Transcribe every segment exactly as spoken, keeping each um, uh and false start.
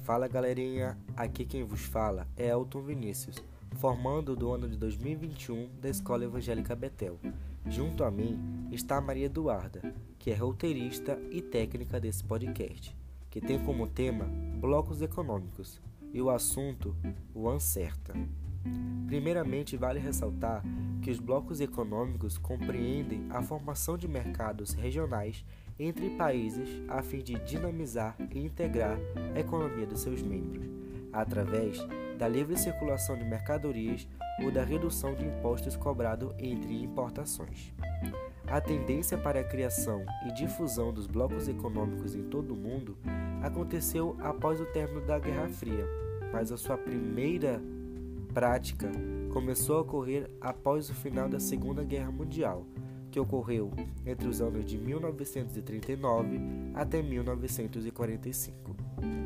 Fala galerinha, aqui quem vos fala é Elton Vinícius, formando do ano de dois mil e vinte e um da Escola Evangélica Betel. Junto a mim está a Maria Eduarda, que é roteirista e técnica desse podcast, que tem como tema blocos econômicos e o assunto o Ancerta. Primeiramente, vale ressaltar que os blocos econômicos compreendem a formação de mercados regionais entre países a fim de dinamizar e integrar a economia de seus membros, através da livre circulação de mercadorias ou da redução de impostos cobrados entre importações. A tendência para a criação e difusão dos blocos econômicos em todo o mundo aconteceu após o término da Guerra Fria, mas a sua primeira prática começou a ocorrer após o final da Segunda Guerra Mundial, que ocorreu entre os anos de mil novecentos e trinta e nove até mil novecentos e quarenta e cinco.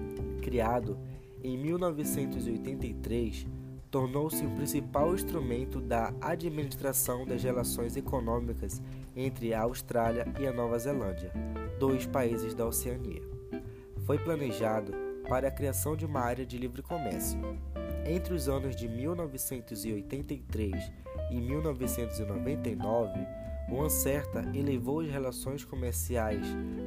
Criado em mil novecentos e oitenta e três, tornou-se o principal instrumento da administração das relações econômicas entre a Austrália e a Nova Zelândia, dois países da Oceania. Foi planejado para a criação de uma área de livre comércio. Entre os anos de mil novecentos e oitenta e três e mil novecentos e noventa e nove, o Ancerta elevou as relações comerciais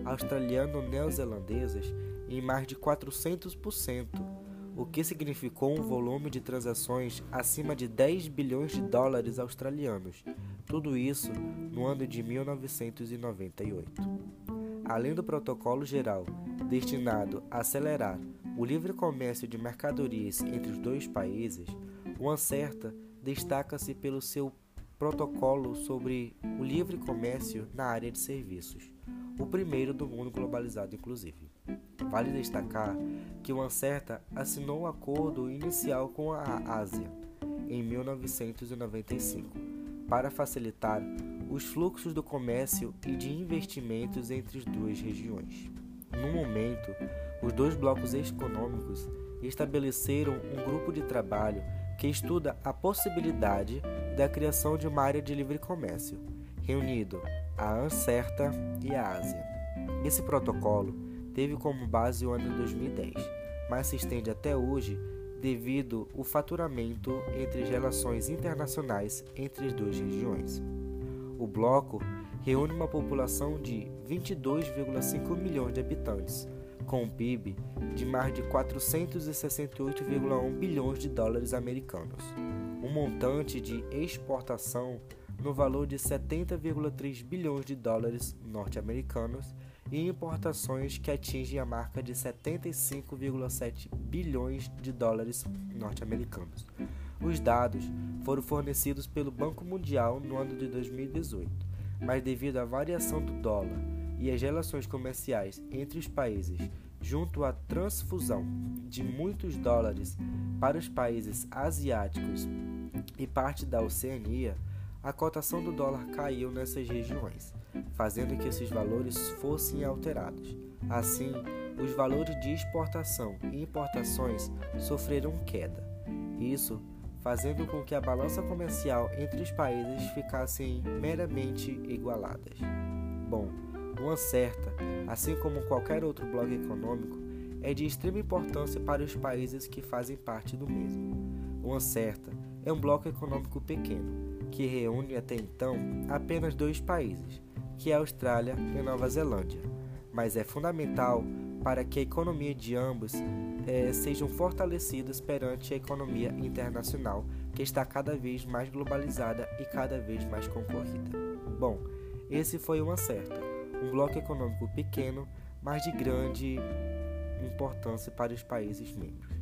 australiano-neozelandesas em mais de quatrocentos por cento, o que significou um volume de transações acima de dez bilhões de dólares australianos, tudo isso no ano de mil novecentos e noventa e oito. Além do protocolo geral destinado a acelerar o livre comércio de mercadorias entre os dois países, o Ancerta destaca-se pelo seu protocolo sobre o livre comércio na área de serviços, o primeiro do mundo globalizado inclusive. Vale destacar que o Ancerta assinou um acordo inicial com a Ásia em mil novecentos e noventa e cinco para facilitar os fluxos do comércio e de investimentos entre as duas regiões. No momento, os dois blocos econômicos estabeleceram um grupo de trabalho que estuda a possibilidade da criação de uma área de livre comércio, reunindo a Ancerta e a Ásia. Esse protocolo teve como base o ano de dois mil e dez, mas se estende até hoje devido ao faturamento entre as relações internacionais entre as duas regiões. O bloco reúne uma população de vinte e dois vírgula cinco milhões de habitantes, com um P I B de mais de quatrocentos e sessenta e oito vírgula um bilhões de dólares americanos, um montante de exportação no valor de setenta vírgula três bilhões de dólares norte-americanos e importações que atingem a marca de setenta e cinco vírgula sete bilhões de dólares norte-americanos. Os dados foram fornecidos pelo Banco Mundial no ano de dois mil e dezoito, mas devido à variação do dólar e às relações comerciais entre os países, junto à transfusão de muitos dólares para os países asiáticos e parte da Oceania, a cotação do dólar caiu nessas regiões, fazendo que esses valores fossem alterados. Assim, os valores de exportação e importações sofreram queda. Isso fazendo com que a balança comercial entre os países ficassem meramente igualadas. Bom, o Ancerta, assim como qualquer outro bloco econômico, é de extrema importância para os países que fazem parte do mesmo. O Ancerta é um bloco econômico pequeno, que reúne até então apenas dois países, que é a Austrália e a Nova Zelândia, mas é fundamental para que a economia de ambos eh, sejam fortalecidas perante a economia internacional, que está cada vez mais globalizada e cada vez mais concorrida. Bom, esse foi o Ancerta, um bloco econômico pequeno, mas de grande importância para os países membros.